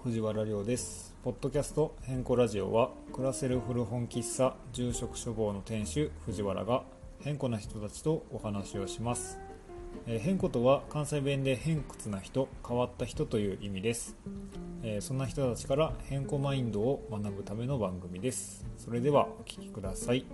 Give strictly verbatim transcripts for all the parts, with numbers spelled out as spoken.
藤原亮です。ポッドキャスト変更ラジオは暮らせる古本喫茶住職処房の店主藤原が変更な人たちとお話をします。えー、変更とは関西弁で偏屈な人、変わった人という意味です。えー、そんな人たちから変更マインドを学ぶための番組です。それではお聞きください。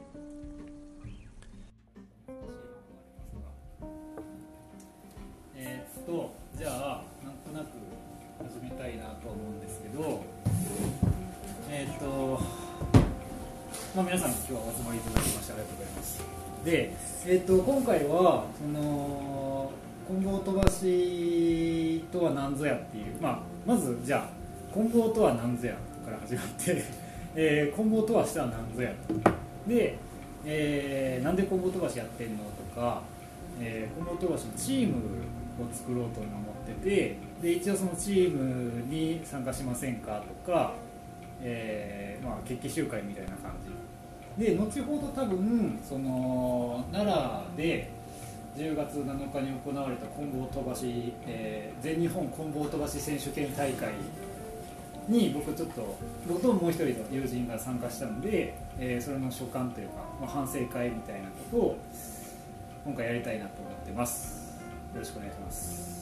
えー、っとじゃあなんとなく始めたいなと思うんですけど、えー、っと、まあ、皆さん今日はお集まりいただきましてありがとうございます。で、えー、っと今回はその棍棒飛ばしとは何ぞやっていう、まあ、まずじゃあ棍棒とは何ぞやから始まって、えー、棍棒飛ばしとは何ぞやで、えー、なんで棍棒飛ばしやってんのとか、えー、棍棒飛ばしのチームを作ろうと思ってて、で一応そのチームに参加しませんかとか、えーまあ、決起集会みたいな感じで、後ほど多分その奈良でじゅうがつなのかに行われた棍棒飛ばし、えー、全日本棍棒飛ばし選手権大会に僕ちょっと僕ともう一人の友人が参加したので、えー、それの所感というか、まあ、反省会みたいなことを今回やりたいなと思ってます。よろしくお願いします。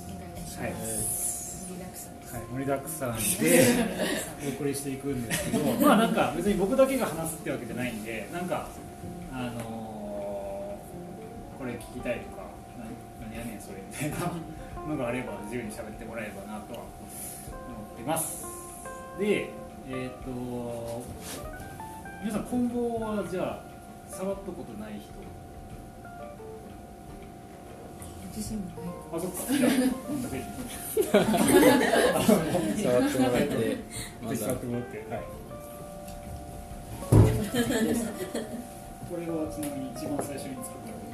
お願いします。 はい、 盛りだくさんです。 はい、盛りだくさんでお送りしていくんですけど、まあなんか別に僕だけが話すってわけじゃないんで、なんかあのー、これ聞きたいとか、何やねんそれみたいなのがあれば自由に喋ってもらえればなとは思ってます。で、えー、っと皆さん棍棒はじゃあ触ったことない人？ 自身もないか。 あ、そっか。じゃあこんだけ触ってもらって、 まず触ってもらって、はい。これはちなみに一番最初に作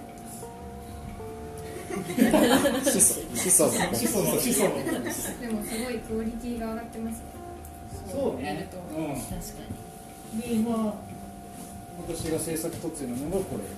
ったものです。 始祖の始祖の始祖の。 でもすごいクオリティが上がってますね。 そうね。うん。 確かに。 で今私が制作途中のものがこれ。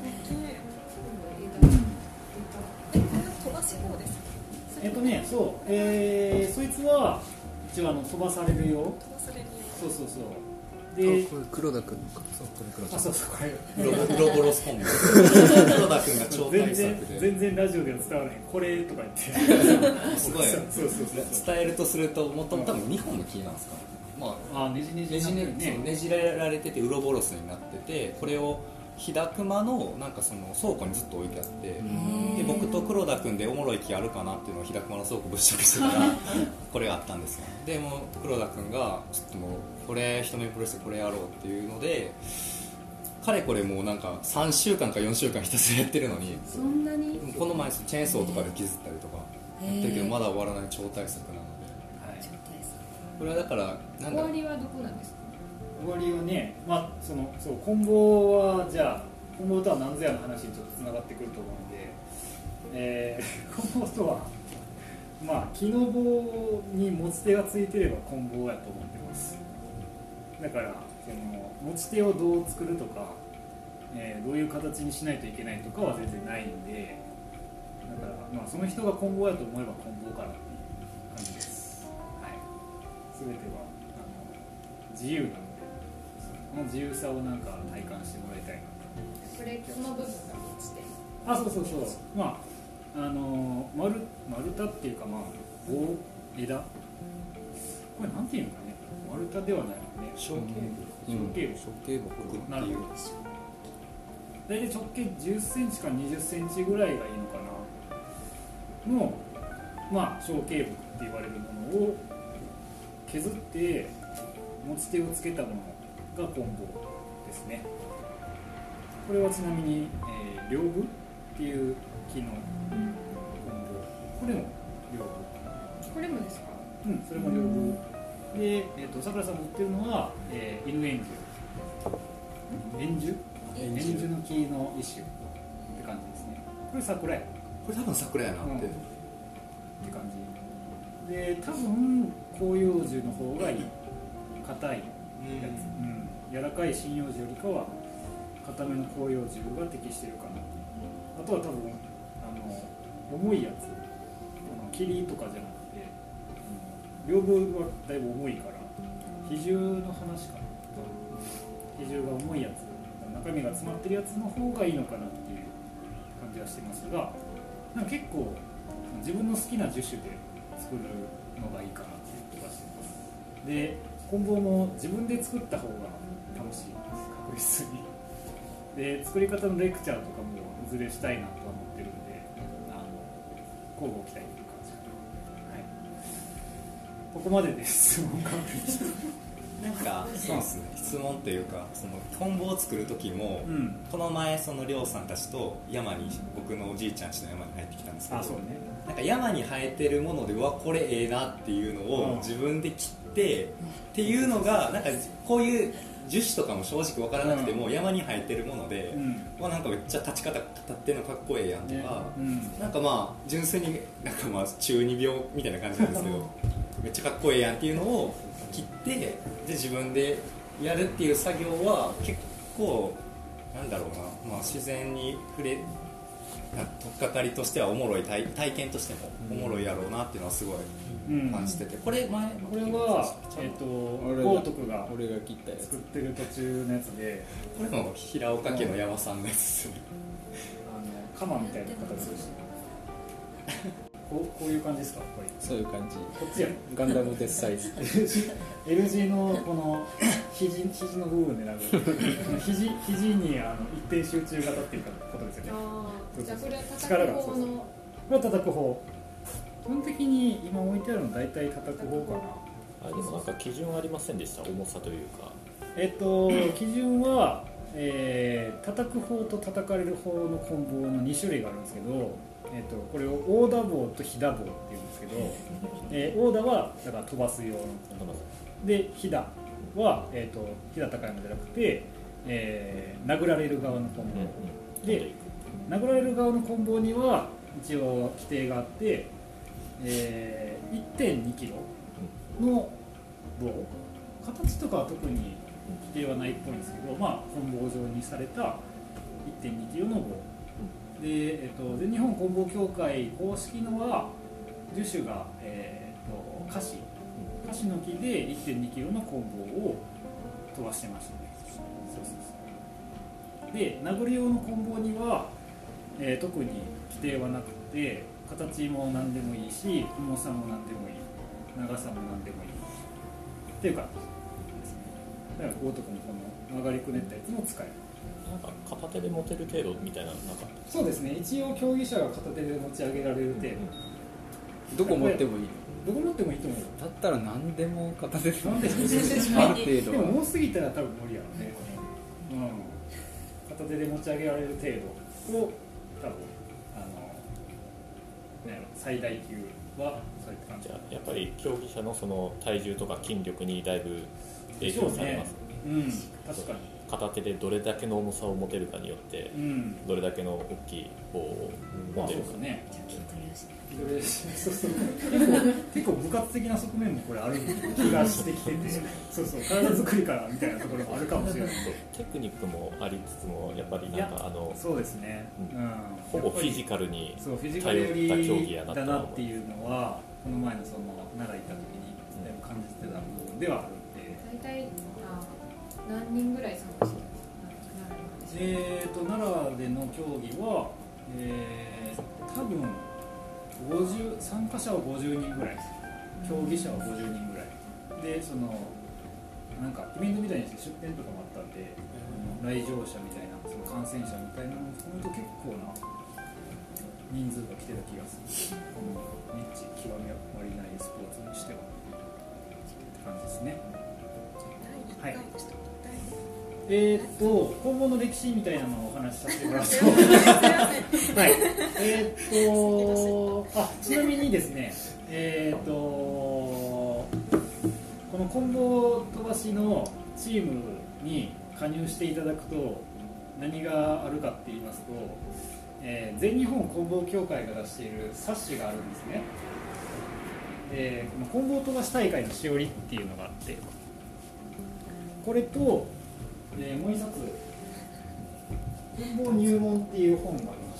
飛ばし方ですか？ えっとね、そう、えー、そいつは一応あの飛ばされるよ。 飛ばされるよ。 そうそうそう。 で、 で、 これ黒田君のか。そう、これ黒田あ、そうそう、これ。 ウロボロス本部。黒田君が超全大作然で。 全然ラジオでは伝わらない。これとか言って。 すごい。 そうそうそうそう。 伝えるとすると、もともと多分にほんの木なんですか。まあ、 あ、ねじねじねじねねねじられててウロボロスになってて、これを飛騨熊のなんかその倉庫にずっと置いてあって、で僕と黒田君でおもろい木あるかなっていうのを飛騨熊の倉庫物色してたらこれがあったんですよ。でもう黒田君がちょっともうこれ一目惚れしてこれやろうっていうので、かれこれもうなんかさんしゅうかんかよんしゅうかんひたすらやってるのに、 そんなにこの前チェーンソーとかで削ったりとかやってるけどまだ終わらない超大作なので、 はい。 これはだからなんだろう、 終わりはどこなんですか？ 終わりはね、まあそのそう棍棒はじゃあ棍棒とは何ぞやの話にちょっとつながってくると思うんで、えー、棍棒とはまあ木の棒に持ち手がついてれば棍棒やと思ってます。だからその持ち手をどう作るとか、えー、どういう形にしないといけないとかは全然ないんで、だからまあその人が棍棒やと思えば棍棒かなっていう感じです。はい。全てはあの自由なので、この自由さをなんか体感してもらいたいなと。 これこの部分が持ち手。 あ、そうそうそう。まああの丸丸太っていうかまあ棒枝。これなんていうのかね。丸太ではないのね。 小径木、 小径木。 小径木ってなるいうほど。大体直径じゅっセンチからにじゅっセンチぐらいがいいのかなの、まあ小径木って言われるものを削って持ち手をつけたものが棍棒ですね。これはちなみに、えー、両部っていう木の棍棒。これも両部。 これもですか？ うん、それも両部。で、えーと、桜さん持ってるのは、えー、犬円樹。円樹？円樹の木の一種って感じですね。これ桜や。 これ多分桜やなって、うん、って感じで、多分広葉樹の方がいい。硬いやつ、うん、柔らかい針葉樹よりかは硬めの広葉樹が適してるかな。あとは多分あの重いやつ、あの霧とかじゃなくて、両部はだいぶ重いから比重の話かな、比重が重いやつ、中身が詰まってるやつの方がいいのかなっていう感じはしてますが、なんか結構自分の好きな樹種で作るのがいいかなっていう気がしてます。で棍棒も自分で作った方が楽しいです、確実に。で作り方のレクチャーとかもいずれしたいなとは思ってるんで、あの交互期待という感じかな。はい、ここまでです。質問関係なんかそうですね、質問というか、その棍棒を作る時も、 うん、 この前その亮さんたちと山に、僕のおじいちゃん家の山に入ってきたんですけど、 あ、そうね、 なんか山に生えてるもので、うわこれええなっていうのを自分で切って、うん、っていうのがなんかこういう樹種とかも正直分からなくても、うん、山に生えてるもので、うん、まあ、なんかめっちゃ立ち方立ってんのかっこええやんとか、ね、うん、なんかまあ純粋になんかまあ中二病みたいな感じなんですけどめっちゃかっこええやんっていうのを切ってで自分でやるっていう作業は結構なんだろうな、まあ、自然に触れ取っかかりとしてはおもろい 体, 体験としてもおもろいやろうなっていうのはすごい感じてて、これ前これは、えー、と豪徳が俺が切ったやつ作ってる途中のやつで、 これも平岡家の山さんのやつですよね。 あの鎌みたいな形です。こう、こういう感じですか、これ。 そういう感じ。 こっちやガンダムデスサイズ。 L 字のこの肘肘の部分でなく肘肘にあの一定集中型っていうことですよね。 ああ、じゃあこれは叩力がく方の。 これは叩く方。基本的に今置いてあるの大体叩く方かな。 あ、でもなんか基準ありませんでした、重さというか。 えっと基準は、えー、叩く方と叩かれる方の棍棒のに種類があるんですけど、えっとこれを大打棒と飛騨棒っていうんですけど、えー、大打はだから飛ばす用の棍棒で、飛騨は、えー、と飛騨高山じゃなくて、えー、殴られる側の棍棒、うん、で殴られる側の棍棒には一応規定があって、えー、いってんにキロの棒、形とかは特に規定はないっぽいんですけど、まあ、棍棒状にされた いってんにキロの棒で、えっと、全日本棍棒協会公式のは樹種が、えー、とカシカシの木で いってんにキロの棍棒を飛ばしてましたね。そうそうそう。で殴る用の棍棒には、えー、特に規定はなくて、形も何でもいいし、重さも何でもいい、長さも何でもいいっていう感じですね。だから豪徳にこの曲がりくねったやつも使える。 なんか片手で持てる程度みたいな、なんかそうですね、一応競技者が片手で持ち上げられる程度、 うん、どこ持ってもいいの？ どこ持ってもいいと思うよ。 だったら何でも片手でなんである程度でも多すぎたら多分無理やろね、うん、片手で持ち上げられる程度を多分あの、ね、最大級はそういった感じ。 じゃあやっぱり競技者のその体重とか筋力にだいぶ影響されますね。 うん、確かに片手でどれだけの重さを持てるかによって、うん、どれだけの大きい棒を持てるか、 まあ、そうですね。そうそう結構結構部活的な側面もこれある気がしてきててそうそう体作りからみたいなところもあるかもしれない。 テクニックもありつつもやっぱりなんかあのそうですね、うん、 ほぼフィジカルにそうフィジカル寄りだなっていうのはこの前のその奈良行った時にだいぶ感じてた部分ではあるんで。 大体あ何人ぐらい参加してるんですか？ えーと奈良での競技は、えー、多分ごじゅう参加者はごじゅうにんぐらいです。競技者はごじゅうにんぐらいで、そのなんかイベントみたいにして出店とかもあったんで、うん、来場者みたいなその観戦者みたいなのを含むと結構な人数が来てた気がする、うん、ニッチ極め割りないスポーツにしてはって感じですね。はい。えー、っと今後の歴史みたいなのをお話しさせてもらうとはい、えー、っとあちなみにですね、えー、っとこの棍棒飛ばしのチームに加入していただくと何があるかって言いますと、えー、全日本棍棒協会が出している冊子があるんですね。えー、この棍棒飛ばし大会のしおりっていうのがあって、これとえー、もう一冊「棍棒入門」っていう本がありました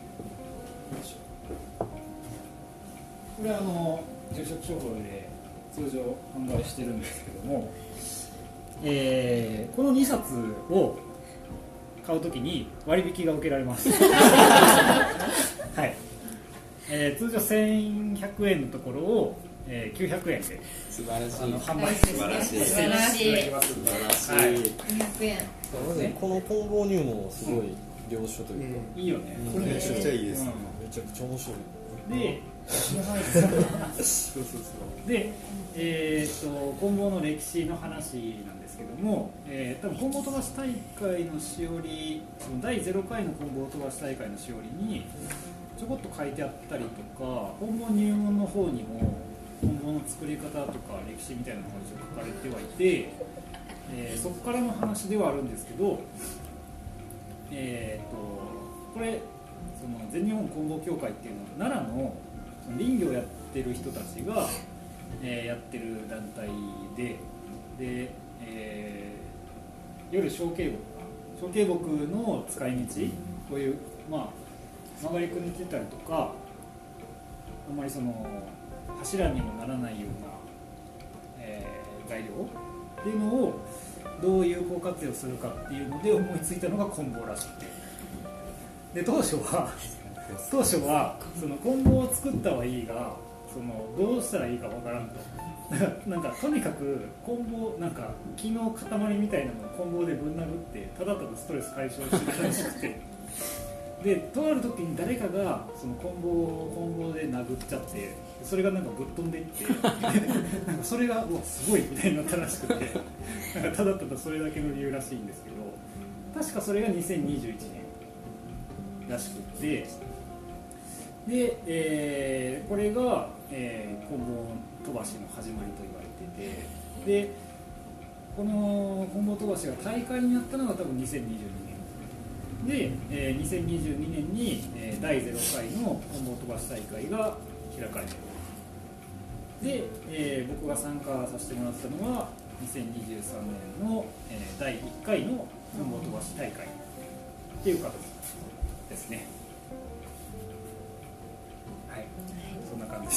。これはあの住職処方で通常販売してるんですけども、えーこのにさつを買うときに割引が受けられますはい、えー通常せんひゃくえんのところを、えーきゅうひゃくえんで素晴らしいあの販売素晴らしいしていただきますので、はい、 にひゃくえん。 まずこの混合入門はすごい良書というか、 いいよね、 うんこれめちゃくちゃいいです、 うんめちゃくちゃ面白い。 でやばいですね。 そうそうそうで、えー、と棍棒の歴史の話なんですけども、えー、多分棍棒飛ばし大会のしおり、そのだいゼロかいの棍棒飛ばし大会のしおりにちょこっと書いてあったりとか、棍棒入門の方にも棍棒の作り方とか歴史みたいなのが一応書かれてはいて、えーそこからの話ではあるんですけど、えー、とこれその全日本棍棒協会っていうのは奈良のその林業をやってる人たちが、えーやってる団体で、で、えー、夜小径木か小径木の使い道、こういう、まあ、曲がりくねってたりとか、あんまりその柱にもならないような、えー材料っていうのをどう有効活用するかっていうので思いついたのが棍棒らしくて、で当初は当初はその棍棒を作ったはいいが、そのどうしたらいいかわからんとなんかとにかく棍棒、なんか木の塊みたいなのを棍棒でぶん殴ってただただストレス解消してたらしくてでとある時に誰かがその棍棒を棍棒で殴っちゃって、それがなんかぶっ飛んでいってなんかそれがうわすごいみたいになったらしくてなんかただただそれだけの理由らしいんですけど、確かそれがにせんにじゅういちねんらしくて、で、えーこれが、えー、棍棒飛ばしの始まりと言われてて、でこの棍棒飛ばしが大会になったのが多分にせんにじゅうにねんで、えーにせんにじゅうにねんに、えーだいゼロかいの棍棒飛ばし大会が開かれている。で、えー僕が参加させてもらったのはにせんにじゅうさんねんの、えーだいいっかいの棍棒飛ばし大会っていう形ですね。はい、そんな感じです。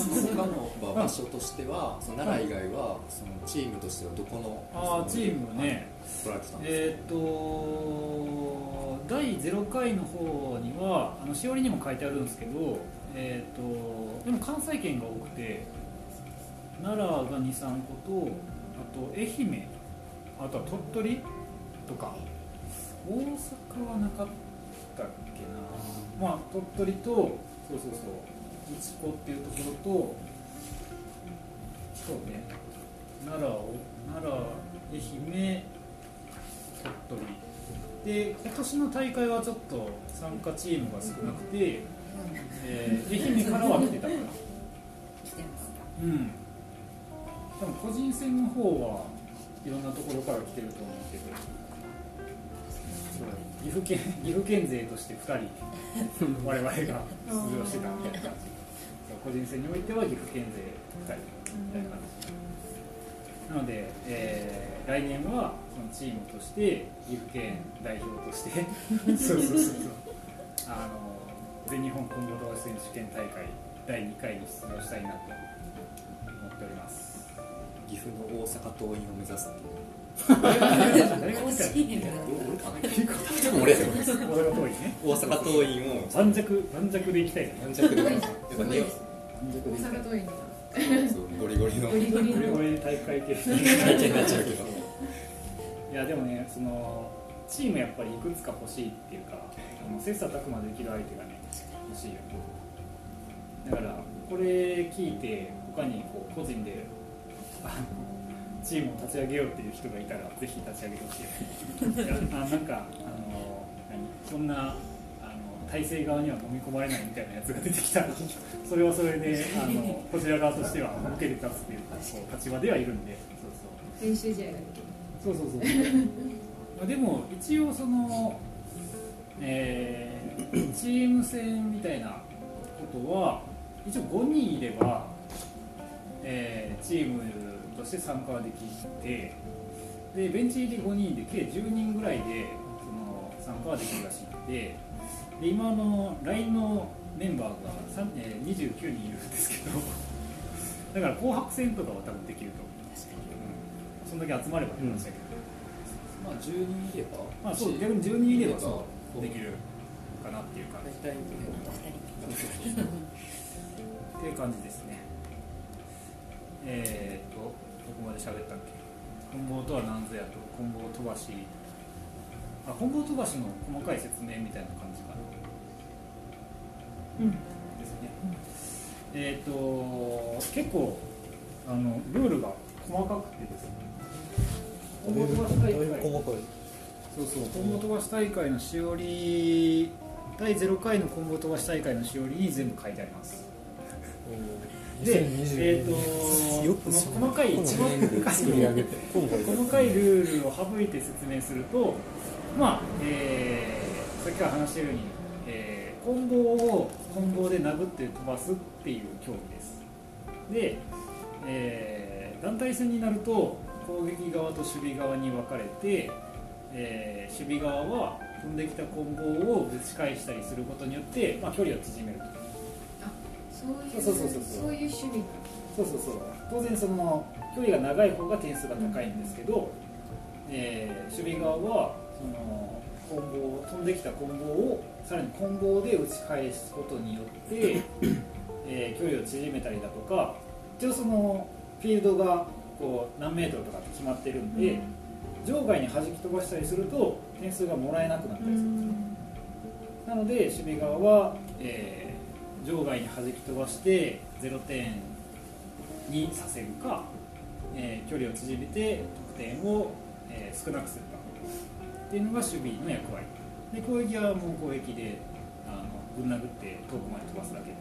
他の場所としては、その奈良以外はそのチームとしてはどこのあーチームはね、 来られてたんですか？ えーっとだいゼロかいの方にはあのしおりにも書いてあるんですけど、えーっとでも関西圏が多くて、奈良がにさんこと、あと愛媛、あとは鳥取とか、大阪はなかったっけな、まあ鳥取と、そうそうそう、市子っていうところと、そうね、奈良を奈良、愛媛、鳥取で、今年の大会はちょっと参加チームが少なくて、えー愛媛からは来てたかな。 来てますか。 うん、多分個人戦の方はいろんなところから来てると思うけど、岐阜県岐阜県勢としてふたり我々が出場してたみたいな感じ。個人戦においては岐阜県勢ふたりみたいな感じなので、えー来年はそのチームとして岐阜県代表としてそうそうそうそうあの全日本棍棒飛ばし選手権大会だいにかいに出場したいなと思っております。 岐阜の大阪桐蔭を目指すっていう。 誰が誰が誰が欲しいな。 俺かな？多分俺やと思います。 大阪桐蔭ね。 大阪桐蔭を盤石盤石で行きたいね。 盤石でやっぱね、 盤石で行きたい。 大阪桐蔭だ。 そうゴリゴリのゴリゴリの。 これこれ大会系。 体験になっちゃうけど。 いやでもね、そのチームやっぱりいくつか欲しいっていうか、あの切磋琢磨できる相手がね欲しいよ。だからこれ聞いて他にこう個人であのチームを立ち上げようっていう人がいたらぜひ立ち上げてほしい。いやあなんかあの何そんなあの体制側には飲み込まれないみたいなやつが出てきたら、それはそれであのこちら側としては受けて立つっていうこう立場ではいるんで、そうそう。 練習試合ができる。 そうそうそうまあでも一応その、えー、チーム戦みたいなことは一応ごにんいれば、えー、チームとして参加できて、でベンチ入りごにんで計じゅうにんぐらいでその参加はできるらしいので、で今の ライン のメンバーがさん、えー、にじゅうきゅうにんいるんですけどだから紅白戦とかは多分できると思う。 確かうん、そんだけ集まればいいんですけど、 まあじゅうにんいれば、 まあそう逆にじゅうにんいればそうできるかなっていう感じ。 大体っていう感じですね。えーと、どこまで喋ったっけ。棍棒とは何ぞやと、棍棒飛ばし、あ、棍棒飛ばしの細かい説明みたいな感じかな。 うんですね。えーと、結構あのルールが細かくてですね。棍棒飛ばし大会。 細かい。 そうそう、棍棒飛ばし大会のしおり、だいゼロかいの棍棒飛ばし大会のしおりに全部書いてあります。で、えー、とよくこの細かい一番作り上げて細かいルールを省いて説明すると、まあえー、さっきから話しているように、えー、棍棒を棍棒で殴って飛ばすっていう競技です。で、えー、団体戦になると攻撃側と守備側に分かれて、えー、守備側は飛んできた棍棒を打ち返したりすることによって、まあ、距離を縮めると。 そういうそうそうそうそうそういう趣味なそうそうそう。当然その距離が長い方が点数が高いんですけど、えー、守備側はその棍棒飛んできた棍棒をさらに棍棒で打ち返すことによって、えー、距離を縮めたりだとか、一応そのフィールドがこう何メートルとかって決まってるんで、場外に弾き飛ばしたりすると点数がもらえなくなったりするんですよ。なので守備側は、えー場外に弾き飛ばしてゼロてんにさせるか、えー、距離を縮めて得点を、えー、少なくするかっていうのが守備の役割で、攻撃はもう攻撃であのぶん殴って遠くまで飛ばすだけっていう、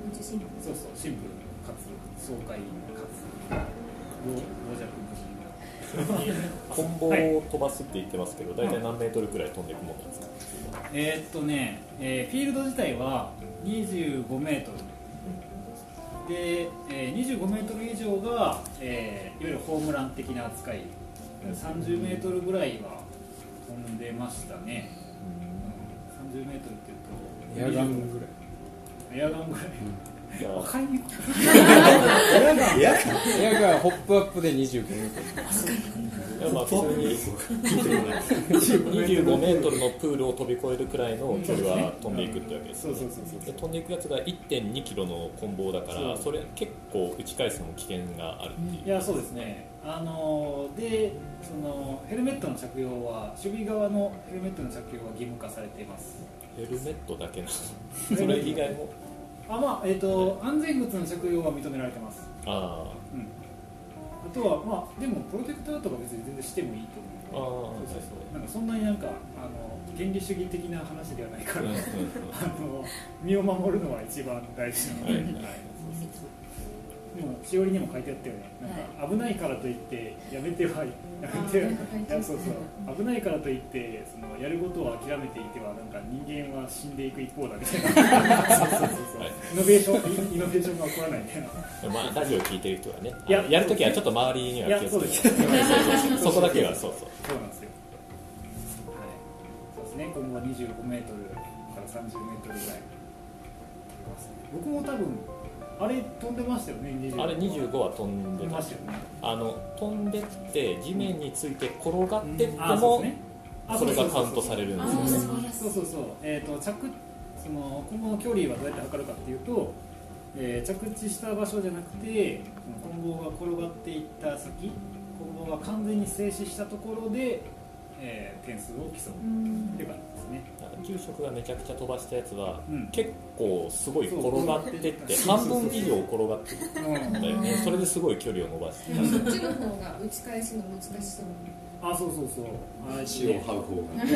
自信そうそうシンプルかつ爽快かつ傍若無人棍棒を飛ばすって言ってますけど、大体何メートルくらい飛んでいくものなんですか。 えーっとね、えー、フィールド自体はにじゅうごメートルで、えー、にじゅうごメートル以上が、えー、いわゆるホームラン的な扱い、さんじゅうメートルぐらいは飛んでましたね。うん、さんじゅうメートルっていうとエアガンぐらいエアガンぐらい、 じゃあわかりにくいエアガンホップアップでにじゅうごメートいやまあ普通ににじゅうごメートルのプールを飛び越えるくらいの距離は飛んでいくってわけですよね。 そうそうそうそう。 で飛んでいくやつが いってんにキロの棍棒だから、それ結構打ち返すのも危険があるっていう。 いやそうですね。あのでそのヘルメットの着用は守備側のヘルメットの着用は義務化されています。 ヘルメットだけなのそれ以外もあ、まあえー、と安全靴の着用は認められてます。 ああ、 うん、あとはまあでもプロテクターとか別に全然してもいいと思う。 ああ、 そうそうそう。なんかそんなになんかあの原理主義的な話ではないから、 うんうんうん、 あの身を守るのは一番大事なので、 はいはい、でもしおりにも書いてあったよね。なんか危ないからといってやめてはやめて、いやそうそう危ないからといってそのやることを諦めていてはなんか人間は死んでいく一方だみたいなそうそうそうそう、はい、イノベーションイノベーションが起こらないみたいな。 まあラジオ聞いてる人はね、 いややるときはちょっと周りには気をつけて、そこだけはそうそうそうなんですよ。はい、そうですね。今後はにじゅうごメートルからさんじゅうメートルぐらい。僕も多分あれ飛んでましたよね。にじゅうごあれにじゅうごは飛んでましたよね。 あの飛んでって地面について転がってってあも、 ね、 それがカウントされるんですよね。 そうそうそう。えっ、ー、と着その今後の距離はどうやって測るかっていうと、えー、着地した場所じゃなくて棍棒が転がっていった先、棍棒が完全に静止したところで、えー、点数を競うっていう感じですね。 住職がめちゃくちゃ飛ばしたやつは、 うん、 結構すごい転がってって半分以上転がってるんだよね。それですごい距離を伸ばしてそっちの方が打ち返すの難しそう。 あ、そうそうそう。 血を這う方が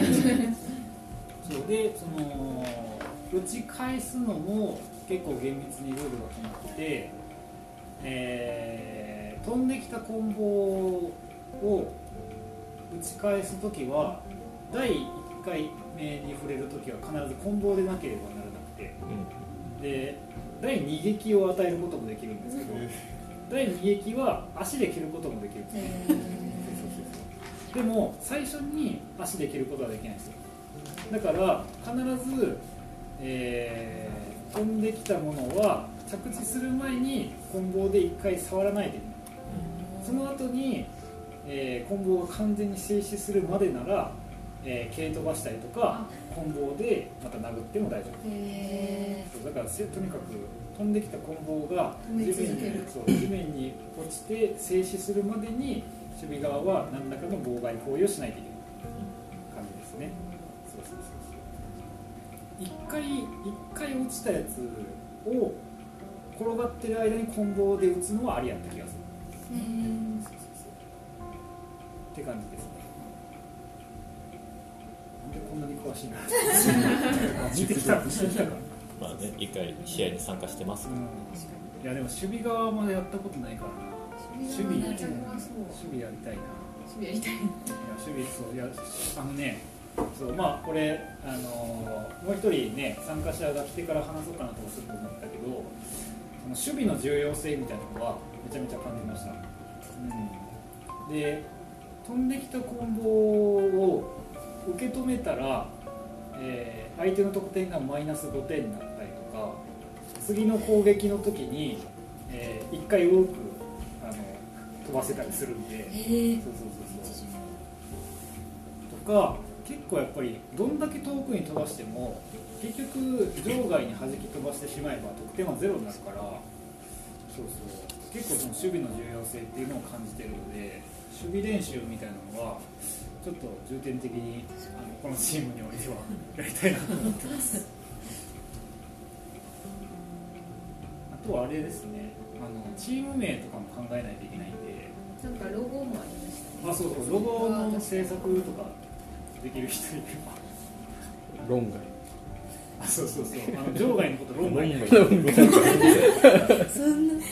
そうで、その打ち返すのも結構厳密にルールが決まってて、えー、飛んできた棍棒を打ち返すときはだいいっかいめに触れるときは必ず棍棒でなければならなくて、うん、でだいに撃を与えることもできるんですけど、だいに撃は足で蹴ることもできるんですよ。でも最初に足で蹴ることはできないんですよ。だから必ず、えー、飛んできたものは着地する前に棍棒でいっかい触らないといけない。その後に、えー、棍棒が完全に静止するまでなら、えー、蹴飛ばしたりとか棍棒でまた殴っても大丈夫。 へそうだからとにかく飛んできた棍棒が地面に、そう地面に落ちて静止するまでに守備側は何らかの妨害行為をしないといけない感じですね。そうそうそうそう。一回一回落ちたやつを転がってる間に棍棒で打つのはありやった気がする。 ーうんって感じですね。なんでこんなに詳しいな。見てきた、見てきたか。 まあね、一回試合に参加してます。 うん、いやでも守備側までやったことないからな。守備、守備やりたいな。 守備やりたい。 いや守備そういやあのね、そうまあこれあのー、もう一人ね参加者が来てから話そうかなとすると思ったけど、その守備の重要性みたいなのはめちゃめちゃ感じました。うん、で飛んできた棍棒を受け止めたら、えー、相手の得点がマイナスごてんになったりとか、次の攻撃の時に、えー、いっかい多くあの飛ばせたりするんで、そうそうそうそうとか、結構やっぱりどんだけ遠くに飛ばしても結局場外に弾き飛ばしてしまえば得点はゼロになるから、そうそう結構その守備の重要性っていうのを感じてるので、守備練習みたいなのはちょっと重点的にあのこのチームにおいてはやりたいなと思ってます。あとはあれですね、あのチーム名とかも考えないといけないんで、 なんかロゴもありましたね。 あ、そうそう、ロゴの制作とかできる人いれば、 論外。 あ、そうそうそう、あの場外のこと論外に論外そんな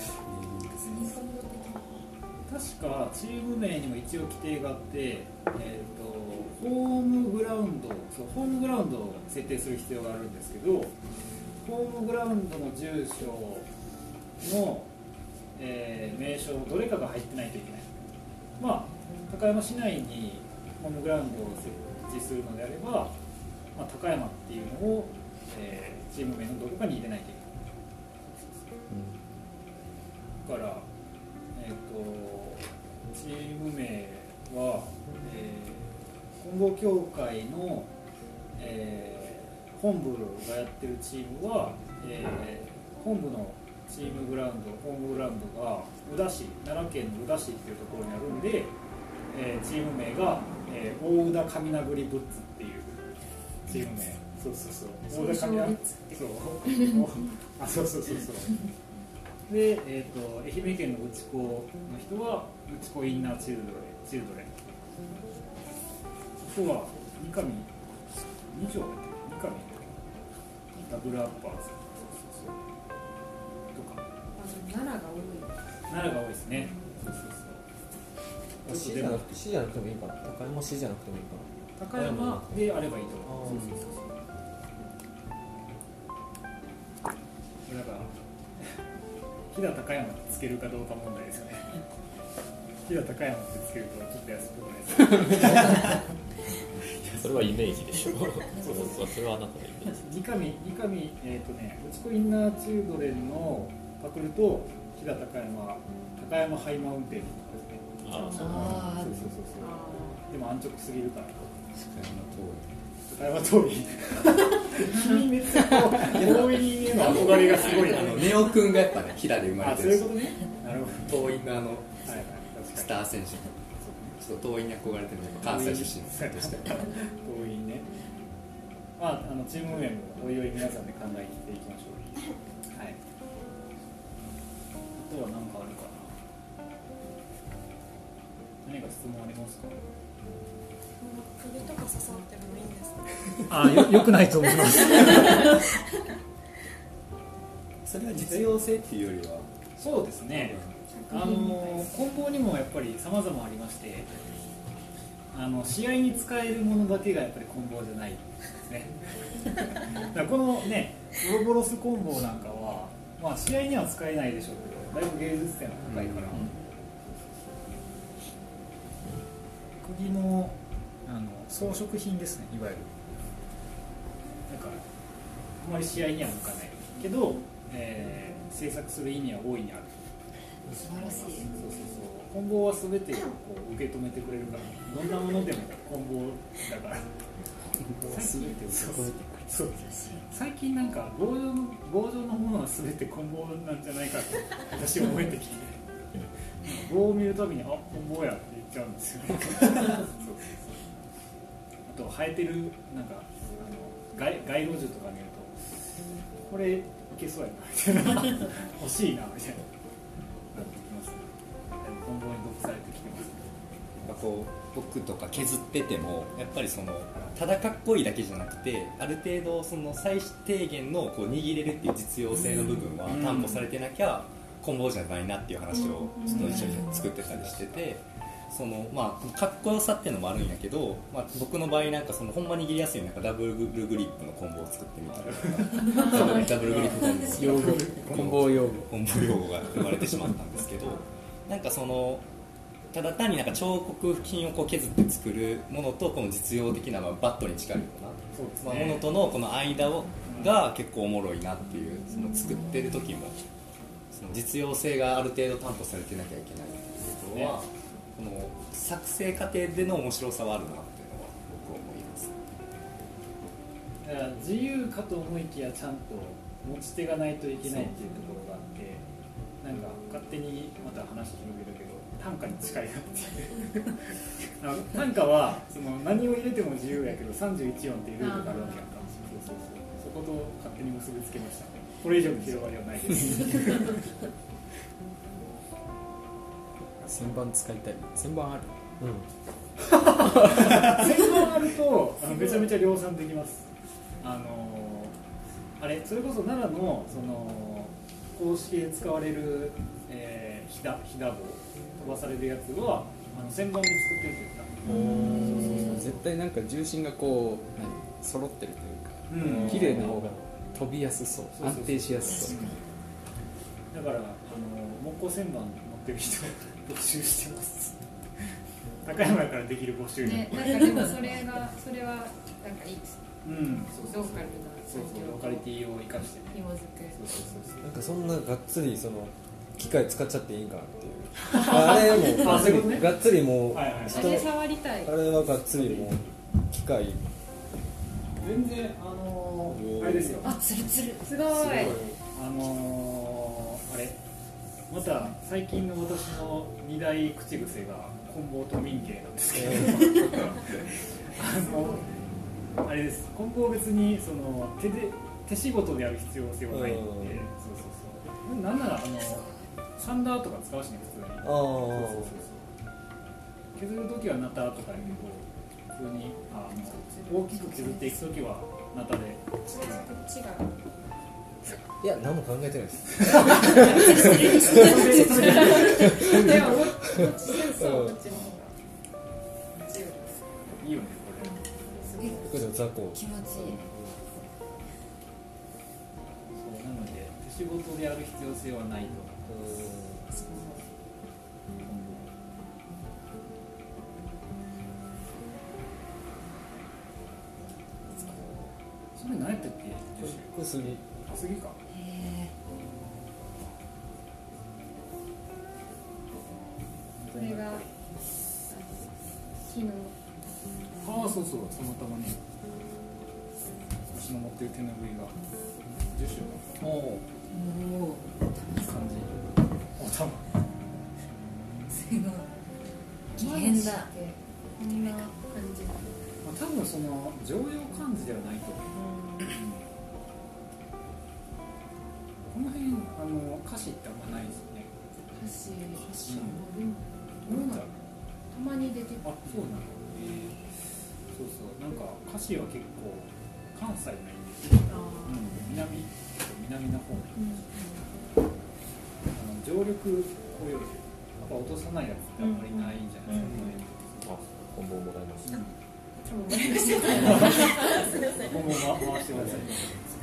確かチーム名にも一応規定があって、えー、とホームグラウンド、そうホームグラウンドを設定する必要があるんですけど、ホームグラウンドの住所の、えー名称どれかが入ってないといけない。まあ高山市内にホームグラウンドを設置するのであれば、まあ、高山っていうのを、えーチーム名のどこかに入れないといけない。だから、えー、とチーム名は、えー、棍棒協会の、えー本部がやってるチームは、えー本部のチームグラウンド、ホームグラウンドが宇田市、奈良県の宇田市っていうところにあるんで、えーチーム名が、えー大宇田神殴りブッツっていうチーム名。そうそうそう。大宇田神殴り。そう。あ、そうそうそうそう。で、えー、と愛媛県の内子の人は内子インナーチルドレン、チルドレン。あとは三上、二条、三上ダブルアッパーズ。そうそうそうとか。 奈良が多い。 奈良が多いですね。そうそうそう。 市じゃなくて市じゃなくてもいいかな。高山市じゃなくてもいいかな。 高山であればいいと思う。そうそうそうそう。だから飛騨高山ってつけるかどうか問題ですよね。飛騨高山ってつけるとちょっと安っぽくないですか。 それはイメージでしょ。そうそれはあなたのイメージ。 三上、三上、えっ、ー、とね、内子インナーチルドレンのパクると飛騨高山、高山ハイマウンテンとかですね。 ああ、そうそうそうそうそう。でも安直すぎるから。 高山通り高山通り。君めっちゃこう遠いへの憧れがすごいな。 あのネオくんがやっぱね飛騨で生まれあ、 てるし、 そういうことね。なるほど。 桐蔭のあのはいはい。 スター選手、ちょっと桐蔭に憧れてる関西出身として遠いね。まあ、あのチーム名もおいおい皆さんで考えていきましょう。はい。あとは何かあるかな。何か質問ありますか。 首とか刺さってもいいんですか。 あ、よ、よくないと思います。 それは実用性っていうよりは、 そうですね。あの棍棒にもやっぱり様々ありまして、あの試合に使えるものだけがやっぱり棍棒じゃないですね。だからこのね、ウロボロス棍棒なんかは、まあ試合には使えないでしょうけど、だいぶ芸術点が高いから。釘のあの装飾品ですね、いわゆる。だからあまり試合には向かないけど、 えー制作する意味は大いにある。 素晴らしい。 そうそうそう。棍棒は全てをこう受け止めてくれるから、どんなものでも棍棒だから。最近そうそう最近なんか棒状の棒状のものは全て棍棒なんじゃないかと私は思えてきて、棒を見るたびにあ棍棒やって言っちゃうんですよね。そうそうそう。あと生えてるなんかあの街街路樹とか見るとこれいけそうやなみたいな欲しいなみたいななってきますね。棍棒に毒されてきてますね。 なんかこう僕とか削っててもやっぱりそのただかっこいいだけじゃなくてある程度その最低限のこう握れるっていう実用性の部分は担保されてなきゃ棍棒じゃないなっていう話をちょっと一緒に作ってたりしてて、そのまあかっこよさっていうのもあるんやけど、まあ、僕の場合なんかそのほんま握りやすいなんかダブルグリップの棍棒を作ってみたりとかダブルグリップ棍棒用語棍棒用語棍棒用語が生まれてしまったんですけど、なんかそのただ単になんか彫刻品をこう削って作るものとこの実用的なまあバットに近いようなそうですねまあ、ものとのこの間をが結構おもろいなっていう、その作ってる時もその実用性がある程度担保されてなきゃいけないっていうところは、この作成過程での面白さはあるなっていうのは僕は思います。 だから自由かと思いきやちゃんと持ち手がないといけないっていうところがあって、なんか勝手にまた話広げるけど短歌に近いなっていうあの短歌はその何を入れても自由やけどさんじゅういち音っていうルールがあるわけやんか。そうそうそう、そこと勝手に結びつけました。これ以上の広がりはないです旋盤使いたい。旋盤ある。 旋盤あるとあのめちゃめちゃ量産できます。あのあれそれこそ奈良のその公式で使われる、えー、ひだひだ棒飛ばされるやつはあの旋盤で作ってるって言った。 絶対なんか重心がこう何揃ってるというか、 うん綺麗な方が飛びやすそう、 そうそうそう安定しやすそう。 だからあの木工旋盤持ってる人募集してます。高山からできる募集ね、なんかでもそれがそれはなんかいいですね。 うん、そうそうローカルなそうそうローカリティを生かしてね。 紐づく。 そうそうそうそう。 なんかそんながっつりその機械使っちゃっていいんかっていうあれもあそういうことねがっつりもう、 はいはいはいそれ触りたい。 あれはがっつりもう機械全然あのー、あれですよ。 あ、つるつる。すごい。 あのー、あれまた最近の私の二大口癖が棍棒と民芸なんですけど、あのあれです。棍棒別にその手で手仕事でやる必要性はないんで、 うんそうそうそう。なんならあのサンダーとか使うしね普通に。 ああそうそうそうそう。削るときはナタとかやけど、普通にあの大きく削っていくときはナタで。 こっちが。 いや何も考えてないですでもこっちそうこっちの方が強い。 いいよねこれ。 これでも雑魚気持ちいい。 そうなので手仕事でやる必要性はないと。それ何やったっけ？ 薬次か。 これが木のああそうそうたまたまね。私の持ってる手ぬぐいがじゅっしゅのおお感じ。おたま。 すごい奇変だ。こんな感じ。 まあ多分その常用漢字ではないと思う。この辺あの歌詞ってあんまないですよね。 歌詞歌詞うんどうなの？たまに出てくる。 あ、そうなの。えー、そうそう、なんか歌詞は結構関西のイメージ。うん、南、南の方のイメージ。あの常緑こういうやっぱ落とさないやつってあんまりないんじゃないですか。 あ、棍棒もらいました。 今後回してください。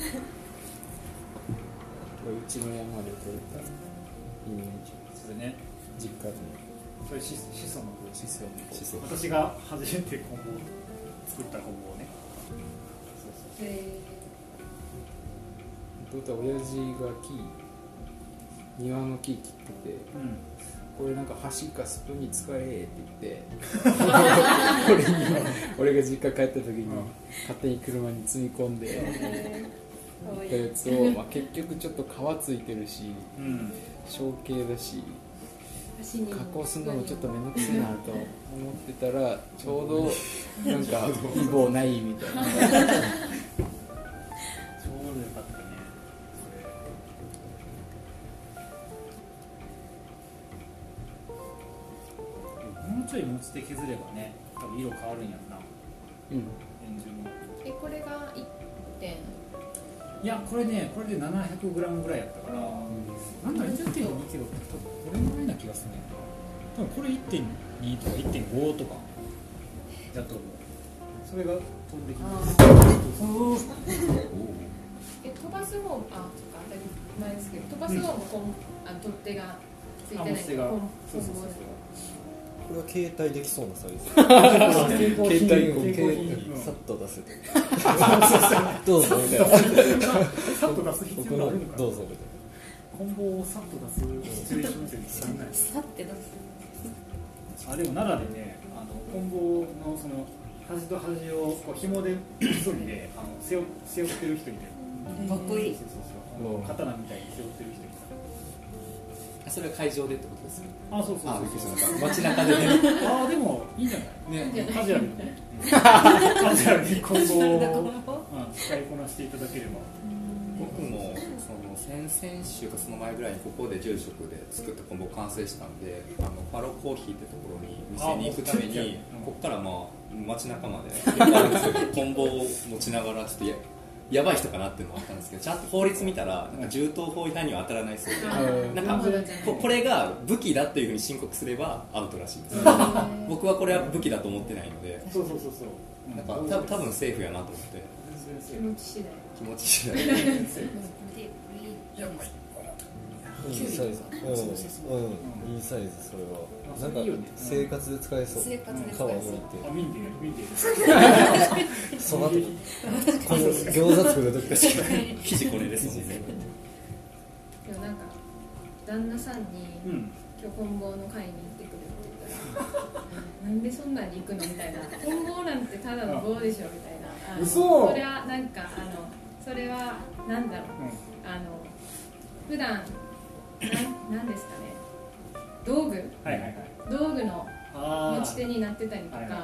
これうちの山で採れたイメージ。 それね、 実家でそれ子子孫のシソしそう。 私が初めて棍棒を作った棍棒をね。 へと親父が木庭の木切ってて、これなんか箸かスプーンに使えって言って俺に俺が実家帰った時に勝手に車に積み込んで行ったやつを、まあ、結局ちょっと皮ついてるし、 うん、 小径だし加工するのもちょっと面倒くせえなと思ってたらちょうどなんかイボないみたいなちょうどよかったねもうちょい持ち手削ればね多分色変わるんやろな、 うん、 円柱もえこれがいってんいやこれねこれで ななひゃくグラム ぐらいやったから、うん、なんか いってんにキロって多分これぐらいな気がするね多分これ いってんに とか いってんご とかだと思うそれが飛んできますえ飛ばす方あそっか当たり前ですけど飛ばす方もこん、うん、あの取っ手がついてない持ち手がそうそうそうそうこれは携帯できそうなサイズ携帯さっと出せてどうぞみたいなさっと出す必要があるのかなどうぞみたいなコンボをさっと出すシチュエーションってなんないさって出すあでも奈良でねあのコンボのその端と端をこう紐で急ぎであの背負背負ってる人いてかっこいいそうそうそう刀みたいに背負ってる人いたそれは会場でってことですね。 あそうそうあびっくりしましたそう街中でねあでもいいんじゃないねカジュアルにカジュアルにコンボを、うん、使いこなしていただければ僕もその先々週かその前ぐらいにここで住職で作ったコンボ完成したんであのファロコーヒーってところに店に行くためにここからまあ街中までコンボを持ちながらちょっとややばい人かなっていうのがあったんですけどちゃんと法律見たらなんか銃刀法違反には当たらないそうでなんかここれが武器だっていうふうに申告すればアウトらしいです僕はこれは武器だと思ってないのでそうそうそうそうなんか多分多分セーフやなと思って気持ち次第気持ち次第いいサイズうん、うん、いいサイズそれはなんか生活で使えそう生活で使えそう皮むいてあ見て見てそばとか餃子作るとき確かに生地これですもんねでもなんか旦那さんに、 うん、 今日コンボの会に行ってくるって言ったらなんでそんなに行くのみたいなコンボなんてただの棒でしょみたいなあの嘘それはなんかあのそれはなんだろう、うん、あの普段ななんですかね道具、はいはいはい、道具の持ち手になってたりとか、はいはいはい、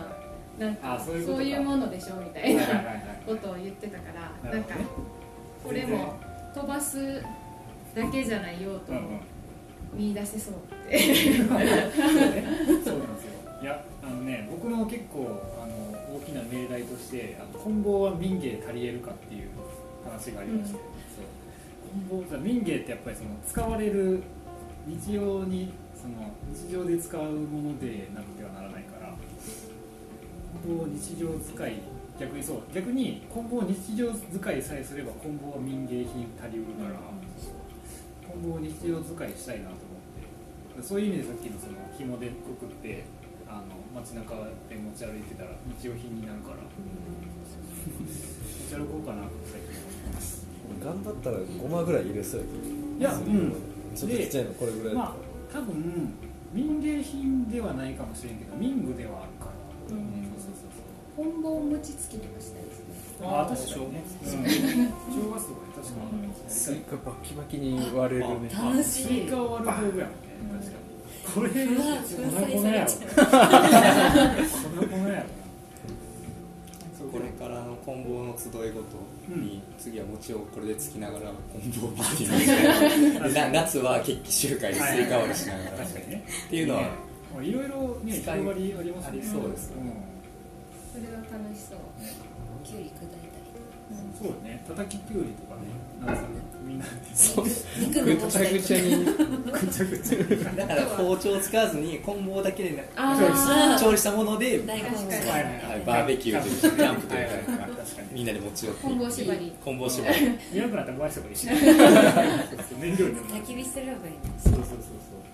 なんかそういう、そういうものでしょみたいなことを言ってたから、なんかこれも飛ばすだけじゃない用途を見出せそうってそうなんですよいやあのね僕も結構あの大きな命題としてあのコンボは民芸足りえるかっていう話がありまして、うんコンボ民芸ってやっぱりその使われる日常にその日常で使うものでなくてはならないからコンボを日常使い逆にそう逆にコンボを日常使いさえすればコンボは民芸品足りうるから、コンボを日常使いしたいなと思ってそういう意味でさっきのその紐でくくってあの街中で持ち歩いてたら日用品になるから持ち歩こうかなと最近思います。 頑張ったらごまぐらい入れそうやけどいや、うん、 ちょっとちっちゃいのこれぐらいだったら、まあ、多分民芸品ではないかもしれんけど民具ではあるから、うん、そうそうそう本棒餅つきとかしたいですねああ確かにね正月とかね確かに、 うん、スイカバキバキに割れるね楽しいスイカを割る道具やもんね、うん、確かにこれ粉々やろ粉々やろこれからの棍棒の集いごとに、うん、次は餅をこれでつきながら棍棒を見てみる夏は決起集会でスイカ割りしながら、はいはい、確かにねっていうのは、ね、 いろいろね広がりありますね。 ありそうですよね、 うん、それは楽しそう、ね、きゅうり砕いたり、 うん、そうね叩ききゅうりとかねなんかみんなそう肉のぐちゃぐちゃにぐちゃぐちゃだから包丁を使わずに棍棒だけで調理したものでバーベキューというかキャンプというかみんなで持ち寄って棍棒縛り棍棒縛りいなくなったら燃やした方がいいし燃料に焚き火すればいいそうそうそうそう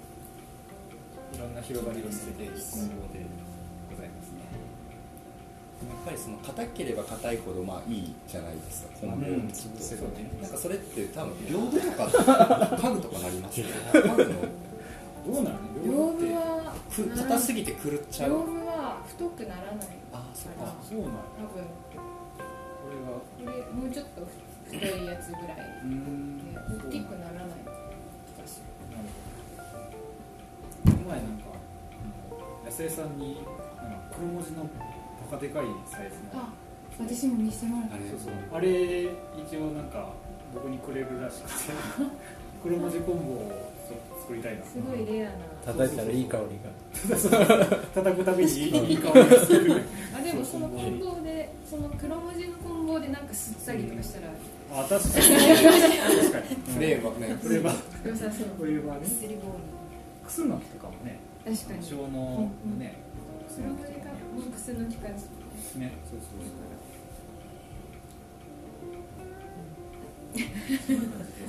いろんな広がりを見せて棍棒でございますね。 ぱりその硬ければ硬いほどまあいいじゃないですか、今後うんきっと、 そうねなんかそれって多分両部とか家具とかなりますよね。家具のどうなの屏風はふ硬すぎて狂っちゃう。 屏風は太くならないあ、そっかか。 そうなの多分これはこれもうちょっと太いやつぐらいうんで大きくならない気がする。 なるほど。この前なんかあの安江さんになんか黒文字のバカでかいサイズのあ、私も見せてもらったあれそうそうあれ一応なんか僕にくれるらしくて黒文字コンボをちょっと作りたいな。 すごいレアな。 叩いたらいい香りが叩くたびにいい香りがする。 あ、でもその棍棒でその黒文字の棍棒でなんか吸ったりとかしたらあ、確かに確かにフレーバーね。 フレーバー良さそう。 フレーバーね。 スリボークスノキとかもね、 確かに。 小のね、クス黒ノキとか文字がねモンクスの機関士ね、そうそうそう。こんな感じです。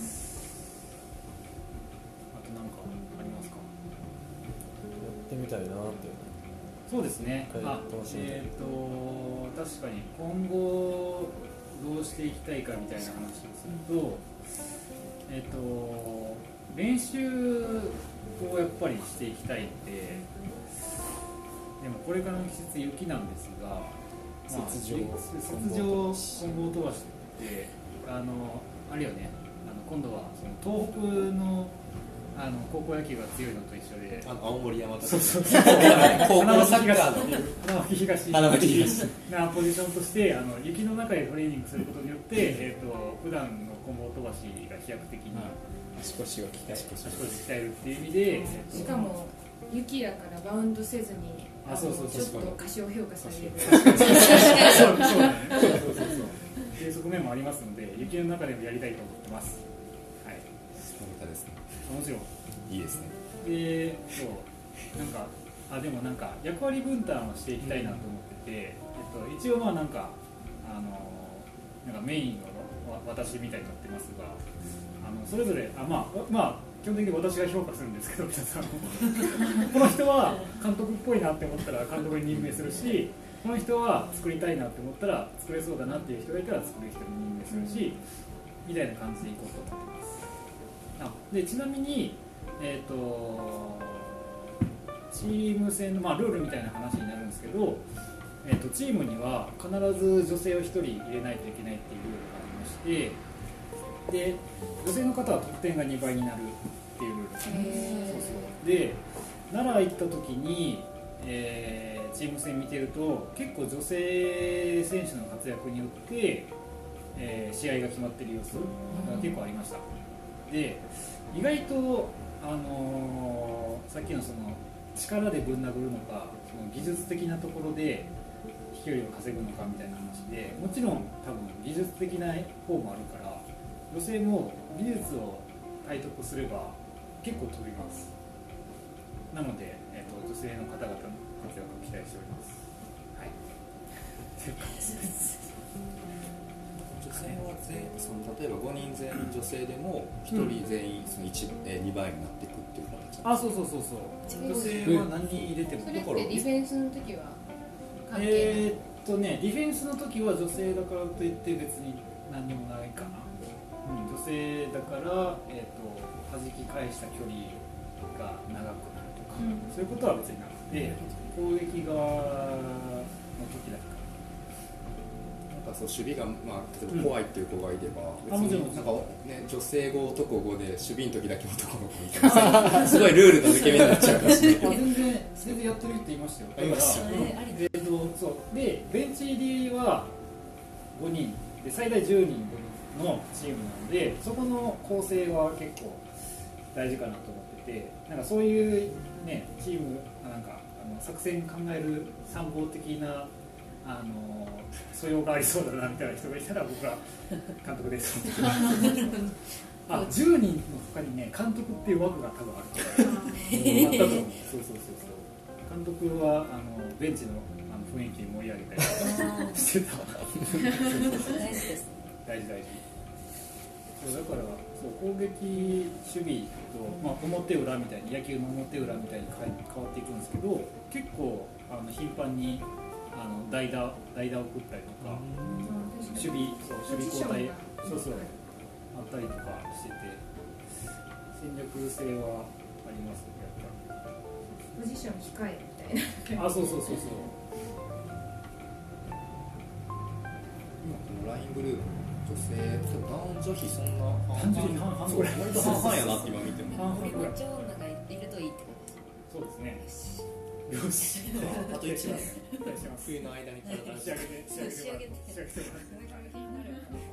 あとなんかありますか？ やってみたいなって。 そうですね。 はいあ、 楽しみえっ、と確かに今後どうしていきたいかみたいな話をすると、えっ、と練習をやっぱりしていきたいんで、でもこれからの季節雪なんですが、まあ雪上雪上棍棒飛ばしってあのあれよね。あの今度はその東北のあの高校野球が強いのと一緒で、 あの青森山とか。 そうそうそう。 高校サッカーの。 花巻東花巻東なポジションとしてあの雪の中でトレーニングすることによって、えー、と普段の棍棒飛ばしが飛躍的に足腰を鍛え足腰鍛えるっていう意味で、えーとしかも雪だからバウンドせずにあそうそうそうちょっと過小評価される。 そうそうそうねそうそうそうっていう側面もありますので、雪の中でもやりたいと思ってます。はい。 下ネタですね。 もちろん。 いいですね。 で、そうなんかあでもなんか役割分担をしていきたいなと思ってて、えっと一応まあなんかあのなんかメインのわ私みたいになってますが、あのそれぞれあまあまあ基本的に私が評価するんですけど、皆さんこの人は監督っぽいなって思ったら監督に任命するし、この人は作りたいなって思ったら作れそうだなっていう人がいたら作る人に任命するし、みたいな感じでいこうと思ってます。あでちなみにえー、とチーム戦の、まあ、ルールみたいな話になるんですけど、えー、とチームには必ず女性をひとり入れないといけないっていうルールがありまして、で女性の方は得点がにばいになるっていうルールですね。そうそうで奈良行った時に、えー、チーム戦見てると結構女性選手の活躍によって、えー、試合が決まってる様子が結構ありました。で意外とあのー、さっきのその力でぶん殴るのか、その技術的なところで飛距離を稼ぐのかみたいな話で、もちろん多分技術的な方もあるから、女性も技術を体得すれば結構飛びます。なので、えー、と女性の方々の活躍を期待しております。はい。という感じです。 女性は全その例えばごにん全員女性でもひとり全員そのいち、えー、にばいになっていくっていう形。 あ、そうそうそうそう。女性は何人入れてもそれってディフェンスの時は関係ない。 えー、っとね、ディフェンスの時は女性だからといって別に何にもないかな、うん、女性だから、えー、っと弾き返した距離が長くなるとか、うん、そういうことは別になくて、攻撃側の時だけなんかそう守備が、まあ、例えば怖いっていう子がいれば、 うん、 別になんか、ね、女性語男語で守備の時だけ男の子みたいなすごいルールの抜け目になっちゃうかもしれない全然全然やってるって言いましたよ。だから、えー、っとそうでベンチ入りはごにんで最大じゅうにんのチームなので、そこの構成は結構大事かなと思ってて、なんかそういうねチームなんかあの作戦考える参考的なあの素養がありそうだなみたいな人がいたら僕は監督ですあ、じゅうにんの他にね監督っていう枠が多分あるからあったと思う。そうそうそうそう監督はあのベンチのあの雰囲気盛り上げたりしてた大事です大事大事。そうだからそう攻撃守備と、まあ、表裏みたいに野球の表裏みたいに変わっていくんですけど、結構あの頻繁にあの代打代打を送ったりとか、守備そう守備交代そうそうあったりとかしてて戦略性はありますねやっぱり。 ポジション控えみたいな。 あ、そうそうそうそう。 今このラインブルーの女性、男女比そんな男女比半々ぐらい。 割と半々やなって今見ても。 オリゴ町女がいるといいってことですね。そうですね。よし。 あといちだね。冬の間に体を仕上げて仕上げて仕上げて仕上げてもらって。